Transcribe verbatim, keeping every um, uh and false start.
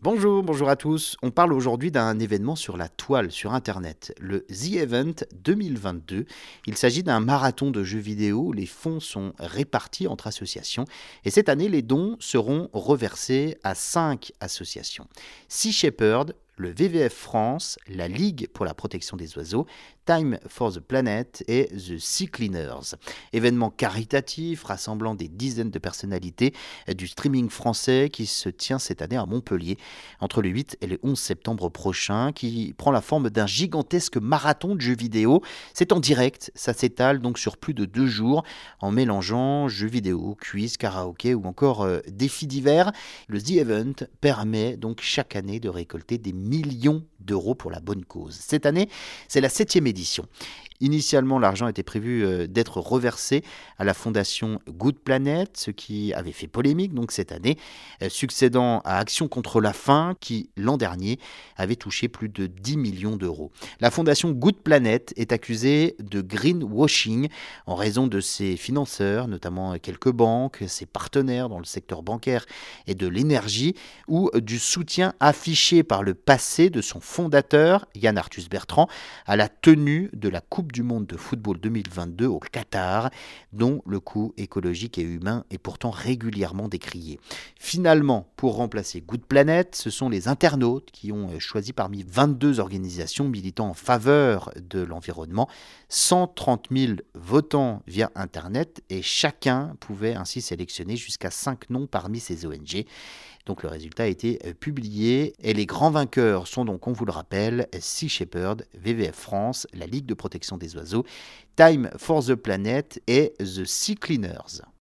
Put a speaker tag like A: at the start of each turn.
A: Bonjour, bonjour à tous. On parle aujourd'hui d'un événement sur la toile, sur Internet, le The Event deux mille vingt-deux. Il s'agit d'un marathon de jeux vidéo où les fonds sont répartis entre associations. Et cette année, les dons seront reversés à cinq associations. Sea Shepherd, le W W F France, la Ligue pour la protection des oiseaux, Time for the Planet et The Sea Cleaners. Événement caritatif rassemblant des dizaines de personnalités du streaming français qui se tient cette année à Montpellier entre le huit et le onze septembre prochain, qui prend la forme d'un gigantesque marathon de jeux vidéo. C'est en direct, ça s'étale donc sur plus de deux jours en mélangeant jeux vidéo, quiz, karaoké ou encore euh, défis divers. Le The Event permet donc chaque année de récolter des millions d'euros pour la bonne cause. Cette année, c'est la septième édition. Initialement, l'argent était prévu euh, d'être reversé à la fondation Good Planet, ce qui avait fait polémique donc cette année, euh, succédant à Action contre la faim, qui l'an dernier avait touché plus de dix millions d'euros. La fondation Good Planet est accusée de greenwashing en raison de ses financeurs, notamment quelques banques, ses partenaires dans le secteur bancaire et de l'énergie, ou du soutien affiché par le passé de son fondateur, Yann Arthus Bertrand, à la tenue de la Coupe du monde de football deux mille vingt-deux au Qatar, dont le coût écologique et humain est pourtant régulièrement décrié. Finalement, pour remplacer Good Planet, ce sont les internautes qui ont choisi parmi vingt-deux organisations militant en faveur de l'environnement, cent trente mille votants via Internet, et chacun pouvait ainsi sélectionner jusqu'à cinq noms parmi ces O N G. Donc le résultat a été publié et les grands vainqueurs sont donc, on vous le rappelle, Sea Shepherd, W W F France, la Ligue de protection des oiseaux, Time for the Planet et The Sea Cleaners.